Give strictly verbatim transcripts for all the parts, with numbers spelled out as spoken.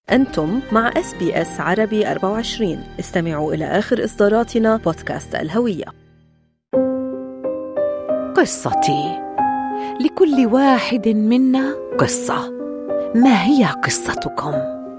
أنتم مع إس بي إس عربي أربعة وعشرين. استمعوا إلى آخر إصداراتنا بودكاست الهوية. قصتي، لكل واحد منا قصة. ما هي قصتكم؟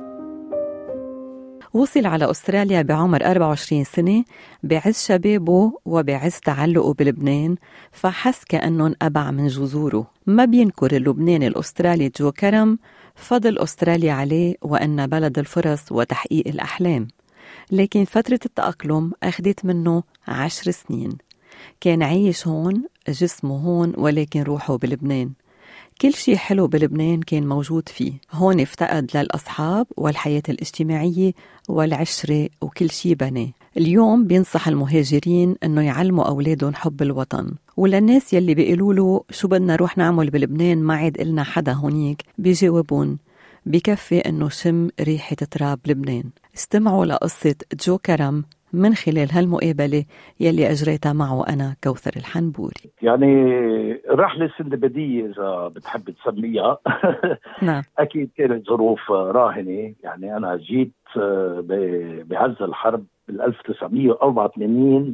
وصل على أستراليا بعمر أربعة وعشرين سنة بعز شبابه وبعز تعلقه بلبنان، فحس كأنه انقبع من جذوره. ما بينكر اللبناني الأسترالي جو كرم فضل أستراليا عليه وأن بلد الفرص وتحقيق الأحلام، لكن فترة التأقلم أخذت منه عشر سنين. كان عايش هون، جسمه هون، ولكن روحه بلبنان. كل شيء حلو بلبنان كان موجود فيه. هون افتقد للأصحاب والحياة الاجتماعية والعشرة وكل شيء بناه. اليوم بينصح المهاجرين أنه يعلموا أولادهم حب الوطن، وللناس يلي بيقولوا له شو بدنا روح نعمل بلبنان ما عاد إلنا حدا هونيك، بيجاوبون بكفي أنه شم ريحة تراب لبنان. استمعوا لقصة جو كرم من خلال هالمقابلة يلي أجريتها معه أنا كوثر الحنبوري. يعني رحلة سندبادية إذا بتحب تسميها. نعم. أكيد كانت ظروف راهنة. يعني أنا جيت بعز الحرب بال ألف وتسعمية وأربعة وثمانين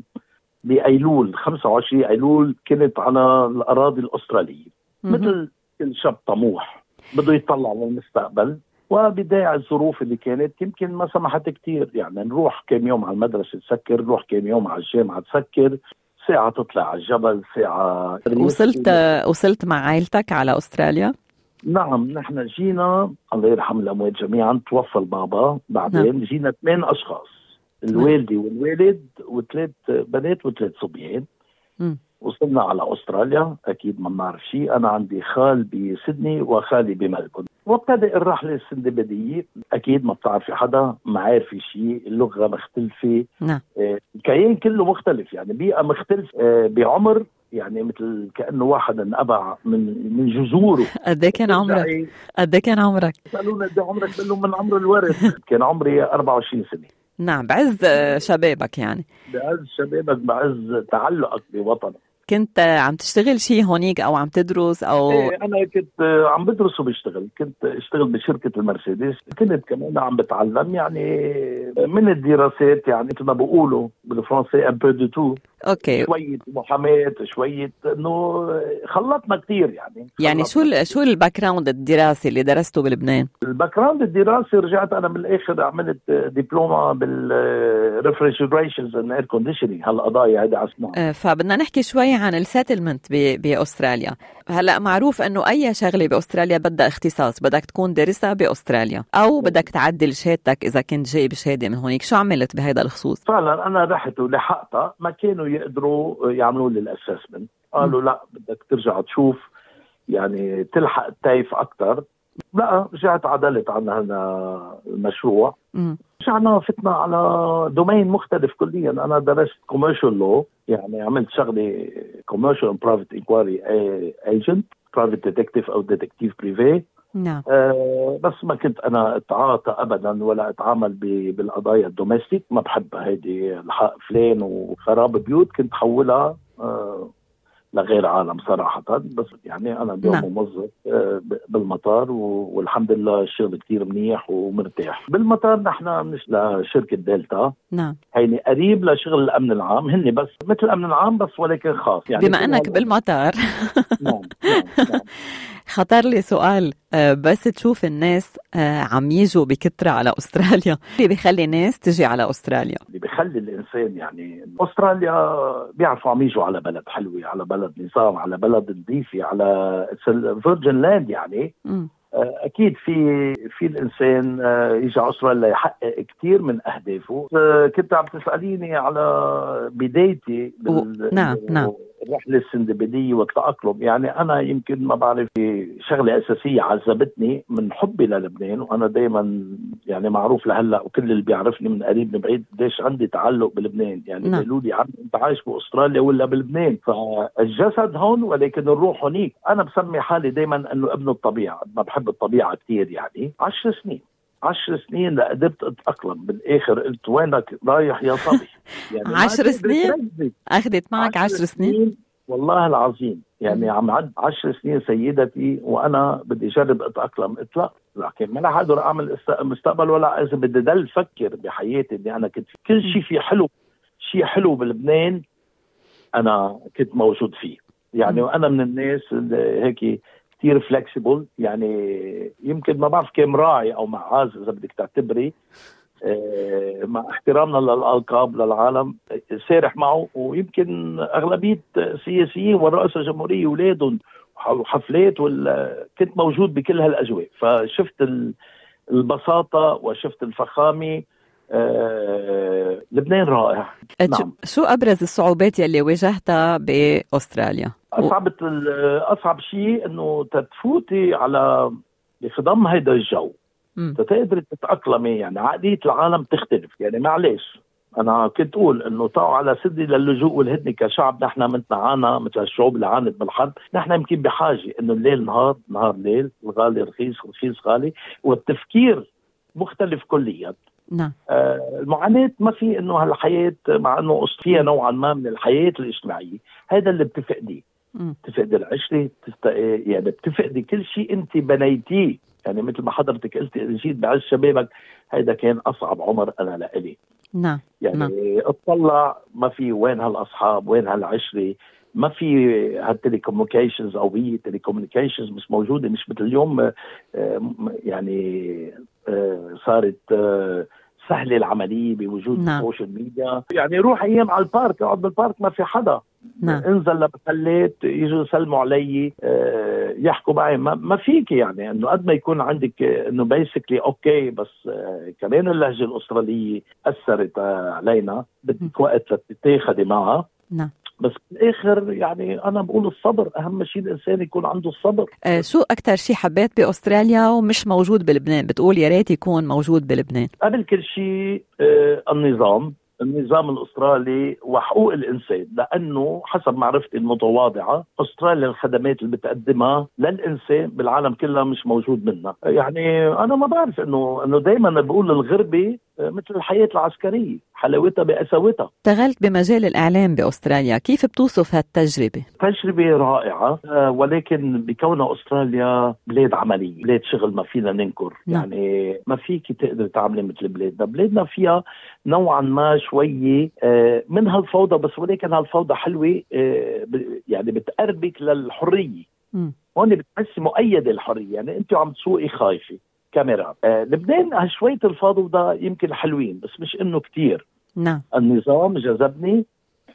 بأيلول، خمسة وعشرين أيلول، كنت على الأراضي الأسترالية. مثل كل شاب طموح بده يطلع للمستقبل، وبداية الظروف اللي كانت يمكن ما سمحت كتير. يعني نروح كم يوم على المدرسة تسكر، نروح كم يوم على الجامعة تسكر، ساعة تطلع على الجبل، ساعة. وصلت وصلت مع عائلتك على أستراليا؟ نعم، نحن جينا الله يرحم الأموات جميعا، توفى البابا بعدين. نعم. جينا ثمان أشخاص، الوالدي والوالد وثلاث بنات وثلاث صبيان. م. وصلنا على أستراليا. أكيد ما نعرف شيء. أنا عندي خال بسيدني وخالي بملبورن. وابتدأ الرحلة السندبادية. أكيد ما بتعرفي حدا، ما عارفي شيء، اللغة مختلفة. نعم. آه، الكيان كله مختلف، يعني بيئة مختلف. آه، بعمر يعني مثل كأنه واحد انقبع من من جذوره. قد كان عمرك؟ قد كان عمرك؟ سألونا قد عمرك؟ بقول لهم من عمر الورد. كان عمري أربعة وعشرين سنة. نعم، بعز شبابك يعني. بعز شبابك، بعز تعلقك بوطنك. كنت عم تشتغل شيء هونيك أو عم تدرس أو؟ إيه، أنا كنت عم بدرس وبشتغل. كنت اشتغل بشركة المرسيدس. كنت كمان عم بتعلم يعني من الدراسات، يعني مثل ما بقولوا بالفرنسي un peu de tout. أوكي. شوية محاماة، شوية إنه خلطنا كتير يعني. يعني شو ال شو الباك جراوند الدراسي اللي درسته بلبنان؟ الباك جراوند الدراسي، رجعت أنا بالآخر عملت دبلومة بالريفريجريشنز اند اير كونديشنينج، هالقضايا هذه عصنا. فبدنا نحكي شوي عن السيتلمنت بأستراليا. هلا معروف إنه أي شغلة بأستراليا بدها اختصاص، بدك تكون دارسها بأستراليا أو بدك تعدل شهادتك إذا كنت جاي بشهادة من هونيك. شو عملت بهذا الخصوص؟ فعلا أنا رحت ولحقتها. ما كانوا يقدروا يعملوا لي الأسسمنت، قالوا لا بدك ترجع تشوف يعني تلحق التايف أكتر. لا، رجعت عدلت عن هذا المشروع. م. رجعنا فتنا على دومين مختلف كليا. أنا درست commercial law، يعني عملت شغلي commercial and private inquiry agent، private detective أو detective privé. نعم. آه بس ما كنت أنا أتعاطى أبدا ولا أتعامل بالقضايا الدوميستيك. ما بحب هيدي الحق فلان وخراب بيوت. كنت حولها آه لغير عالم صراحة. بس يعني أنا اليوم نعم. موظف آه بالمطار، والحمد لله الشغل كتير منيح ومرتاح. بالمطار نحن مش لشركة دلتا. نعم. هيني قريب لشغل الأمن العام. هني بس مثل الأمن العام بس ولكن خاص. يعني بما أنك بالمطار نعم. نعم. نعم. خطر لي سؤال. بس تشوف الناس عم يجوا بكترة على أستراليا، اللي بيخلي الناس تجي على أستراليا؟ اللي بيخلي الإنسان يعني أستراليا بيعرفوا عم يجوا على بلد حلوة، على بلد نظام، على بلد نظيفة، على فيرجن لاند. يعني م. أكيد في في الإنسان يجي على أستراليا يحقق كتير من أهدافه. كنت عم تسأليني على بدايتي بال... نعم نعم الرحلة السندبادية والتأقلم. يعني أنا يمكن ما بعرف شغلة أساسية عذبتني من حبي للبنان، وأنا دايما يعني معروف لهلا وكل اللي بيعرفني من قريب من بعيد قديش عندي تعلق بلبنان. يعني نعم. بيقولوا لي عم أنت عايش بأستراليا ولا بلبنان؟ فالجسد هون ولكن الروح هونيك. أنا بسمي حالي دايما أنه ابن الطبيعة، ما بحب الطبيعة كتير. يعني عشر سنين عشر سنين لقدرت أتأقلم. بالآخر قلت وينك رايح يا صبي؟ يعني عشر سنين أخذت معك عشر, عشر سنين. سنين والله العظيم. يعني عم عد عشر سنين سيدتي وأنا بدي أجرب أتأقلم. قلت لا، لكن ما رح أقدر أعمل مستقبل ولا إذا بدي دل فكر بحياتي إني أنا كنت كل شيء في حلو، شيء حلو بلبنان أنا كنت موجود فيه. يعني وأنا من الناس اللي هيك كتير فلكسيبل، يعني يمكن ما بعرف كم راعي أو معاذ إذا بدك تعتبري، مع احترامنا للألقاب للعالم سارح معه. ويمكن أغلبية سياسيين ورئيس الجمهورية ولادهم وحفلات كنت موجود بكل هالأجواء، فشفت البساطة وشفت الفخامة. آه، لبنان رائع. نعم. شو أبرز الصعوبات يلي واجهتها بأستراليا؟ أصعب أصعب شيء إنه تتفوتي على بخضم هيدا الجو، تقدر تتأقلمي. يعني عقلية العالم تختلف. يعني معلش أنا كنت أقول إنه طاعوا على سدي للجوء والهدنة كشعب. نحن مثل عانا مثل الشعوب اللي عانت بالحرب، نحن يمكن بحاجة إنه الليل نهار، نهار ليل، الغالي رخيص، رخيص غالي، والتفكير مختلف كليا. نعم. آه المعاناة ما في إنه هالحياة، مع إنه فيها نوعا ما من الحياة الاجتماعية، هذا اللي بتفقديه. بتفقدي العشرة، يعني بتفقدي كل شيء أنت بنيتيه. يعني مثل ما حضرتك قلتي جيت بعز شبابك، هيدا كان أصعب عمر أنا لإلي. نعم. يعني نعم. اطلع ما في وين هالأصحاب، وين هالعشرة، ما في هالتليكومونيكيشنز أو هي تليكومونيكيشنز مش موجودة. مش مثل اليوم يعني صارت سهلة العملية بوجود نعم. السوشيال ميديا. يعني روح أيام على البارك، أقعد بالبارك ما في حدا. نعم. انزل لمحلات يجوا يسلموا علي، أه يحكوا معي. ما, ما فيك يعني انه قد ما يكون عندك انه بيسكلي اوكي، بس أه كمان اللهجه الاستراليه اثرت أه علينا. بدك وقت لتتاخدي معها. نعم. بس بالاخر يعني انا بقول الصبر اهم شيء، الانسان يكون عنده الصبر. أه شو اكثر شيء حبيت باستراليا ومش موجود بلبنان؟ بتقول يا ريت يكون موجود بلبنان. قبل كل شيء أه النظام النظام الأسترالي وحقوق الإنسان، لأنه حسب معرفتي المتواضعة أستراليا الخدمات اللي بتقدمها للإنسان بالعالم كلها مش موجود منها. يعني أنا ما بعرف إنه إنه دايما بقول الغربة مثل الحياة العسكرية، حلاوتها بقساوتها. اشتغلت بمجال الإعلام بأستراليا، كيف بتوصف هالتجربة؟ تجربة رائعة، ولكن بكونها أستراليا بلاد عملية، بلاد شغل ما فينا ننكر. م. يعني ما فيك تقدر تعملي مثل بلادنا. بلادنا فيها نوعا ما شوية من هالفوضى، بس ولكن هالفوضى حلوة، يعني بتقربك للحرية. م. هون بتحسي مؤيدة الحرية، يعني أنت عم تسوقي خايفة كاميرا. آه لبنان شوية الفوضى يمكن حلوين، بس مش إنه كتير. نعم. النظام جذبني،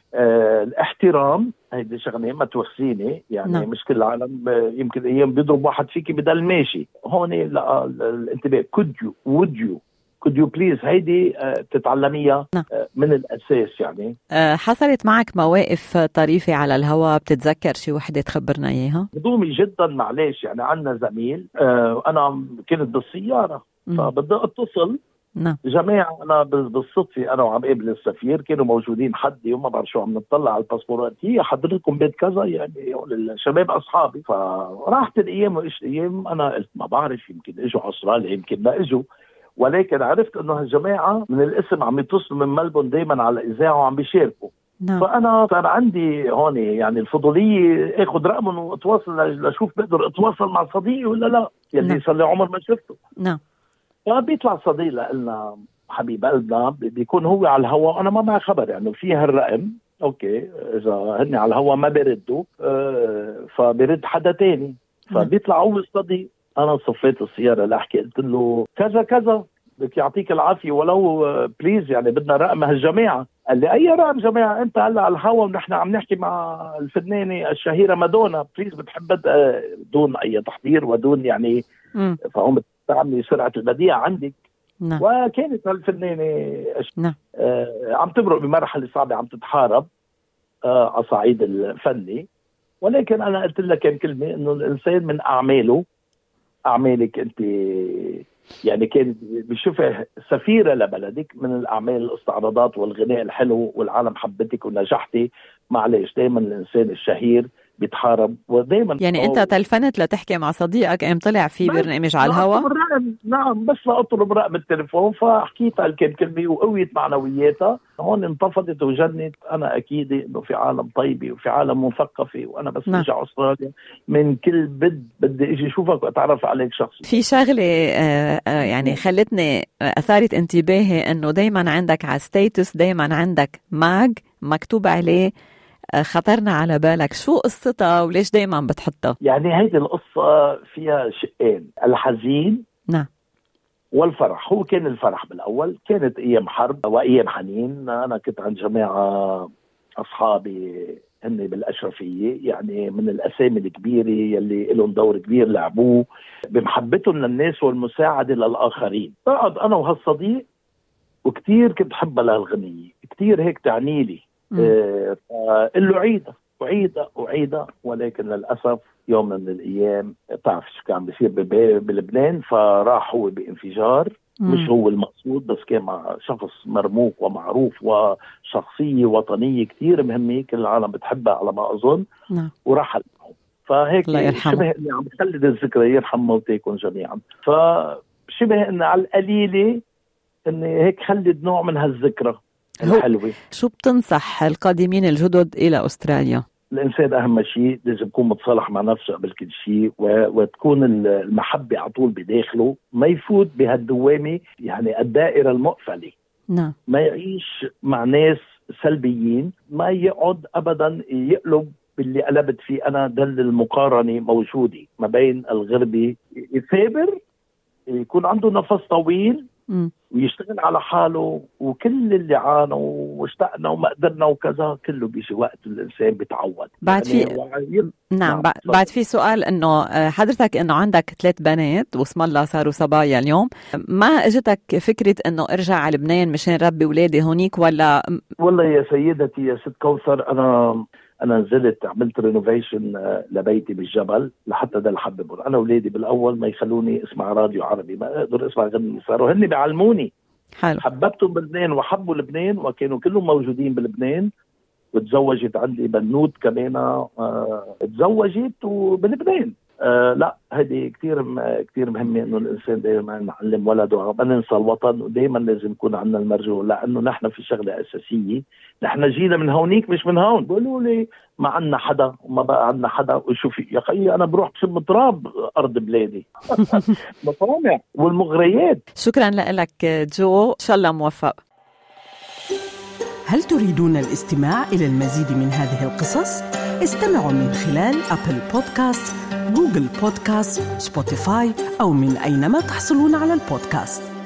آه الاحترام هيدي شغلة ما توخسيني. يعني نعم. مش كل العالم آه يمكن أيام بيضرب واحد فيكي بدل ماشي. هون لا الانتباه could you would you could you please هيدي آه تتعلميها نعم. آه من الأساس. يعني آه حصلت معك مواقف طريفة على الهواء؟ بتتذكر شي وحدة تخبرنا إياها؟ بدومي جدا معلش. يعني عنا زميل، آه أنا كنت بالسيارة فبدي أتصل. نعم. جماعة أنا بالصدفة أنا وعم قابل السفير كانوا موجودين حدي وما بعرف شو عم نطلع على الباسبورات. هي حضرتكم بيت كذا، يعني الشباب أصحابي. فراحت الأيام وإيش الأيام أنا قلت ما بعرف، يمكن إجوا أستراليا يمكن ما إجوا، ولكن عرفت إنه هالجماعة من الاسم عم يتصلوا من ملبون دايما على إذاعة وعم بيشاركوا. نعم. فأنا صار عندي هون يعني الفضولية اخذ رقمهم واتواصل لشوف بقدر اتواصل مع صديقي ولا لا، يلي نعم. صار لي عمر ما شفته. نعم. فبيطلع صديق لنا حبيب قلبنا بيكون هو على الهواء، انا ما معي خبر يعني في هالرقم. اوكي اذا هن على الهواء ما بيردوا آه فبيرد حدا تاني. فبيطلع هو الصديق. انا صفيت السياره لاحكي قلت له كذا كذا بدك يعطيك العافيه ولو بليز يعني بدنا رقم هالجماعه. قال لي اي رقم جماعه؟ انت هلا على الهوا ونحن عم نحكي مع الفنانه الشهيره مادونا، بليز بتحب دون اي تحضير ودون يعني م. فهم تعملي سرعه البديهه عندك. نعم. وكانت هالفنانه نعم. آه عم تمرق بمرحله صعبه، عم تتحارب آه على الصعيد الفني. ولكن انا قلت لها كم كلمه انه الانسان من اعماله، اعمالك انت يعني كانت بشوفها سفيرة لبلدك من الأعمال الاستعراضات والغناء الحلو والعالم حبتك ونجحتي. معلش دايما الإنسان الشهير بيتحارب. ودايما يعني انت تلفنت لتحكي مع صديقك ام طلع في برنامج على الهواء؟ نعم، بس لاطلب رقم التليفون، فحكيت هالكم كلمه وقويت معنوياتها. هون انتفضت وجنت. انا اكيد انه في عالم طيبه وفي عالم مثقفه، وانا بس نعم. رجع استراليا من كل بد بدي اجي اشوفك واتعرف عليك شخصيا. في شغله آه آه يعني خلتني اثارت انتباهي انه دايما عندك على ستيتس، دايما عندك ماج مكتوب عليه خطرنا على بالك. شو قصتها وليش دايما بتحطها؟ يعني هيدي القصة فيها شقين، الحزين نعم والفرح. هو كان الفرح بالأول، كانت أيام حرب وأيام حنين. أنا كنت عند جماعة أصحابي هن بالأشرفية، يعني من الأسامي الكبيرة يلي لهم دور كبير لعبوه بمحبتهم للناس والمساعدة للآخرين. قعد أنا وهالصديق وكتير كنت حبها لهالغنية، كتير هيك تعني لي. آه قل له عيدة وعيدة وعيدة، ولكن للأسف يوم من الأيام تعرف شو كان بيصير بلبنان، فراح هو بانفجار. مم. مش هو المقصود، بس كان مع شخص مرموق ومعروف وشخصية وطنية كتير مهمة كل العالم بتحبها على ما أظن. نعم. ورحل فهيك شبه اني عم بخلد الذكرى، يرحم موتيكم جميعا. فشبه اني على القليلة اني هيك خلد نوع من هالذكرى الحلوة. شو بتنصح القادمين الجدد إلى أستراليا؟ الإنسان أهم شيء لازم يكون متصالح مع نفسه قبل كل شيء، وتكون المحبة على طول بداخله، ما يفوت بهالدوامة يعني الدائرة المقفلة. نعم. ما يعيش مع ناس سلبيين، ما يقعد أبدا يقلب باللي قلبت فيه أنا. دل المقارنة موجودة ما بين الغربي، يثابر، يكون عنده نفس طويل م. ويشتغل على حاله، وكل اللي عانوا واشتقنا وما قدرنا وكذا كله بيجي وقت الإنسان بيتعود. بعد يعني في وعيب. نعم, نعم. بعد في سؤال انه حضرتك انه عندك ثلاث بنات واسم الله صاروا صبايا اليوم، ما اجتك فكرة انه ارجع على لبنان مشان ربي ولادي هونيك ولا؟ والله يا سيدتي يا ست كوثر، انا انا نزلت عملت رينوفيشن لبيتي بالجبل لحتى ده الحبب. انا ولادي بالاول ما يخلوني اسمع راديو عربي، ما اقدر اسمع غني، صاروا هن بيعلموني. حلو. حببتهم بلبنان وحبوا لبنان وكانوا كلهم موجودين بلبنان. وتزوجت عندي بنوت كمان آه تزوجت وبلبنان. آه لا هذه كثير كثير مهمه انه الانسان دائما يعلم ولده ما ننسى الوطن، ودائما لازم يكون عندنا المرجو، لانه نحن في شغله اساسيه، نحن جينا من هونيك مش من هون. بيقولوا لي ما عندنا حدا وما بقى عندنا حدا، وشوفي يا خيي انا بروح بشم تراب ارض بلادي. مطامع والمغريات. شكرا لك جو، ان شاء الله موفق. هل تريدون الاستماع إلى المزيد من هذه القصص؟ استمعوا من خلال أبل بودكاست، جوجل بودكاست، سبوتيفاي أو من أينما تحصلون على البودكاست.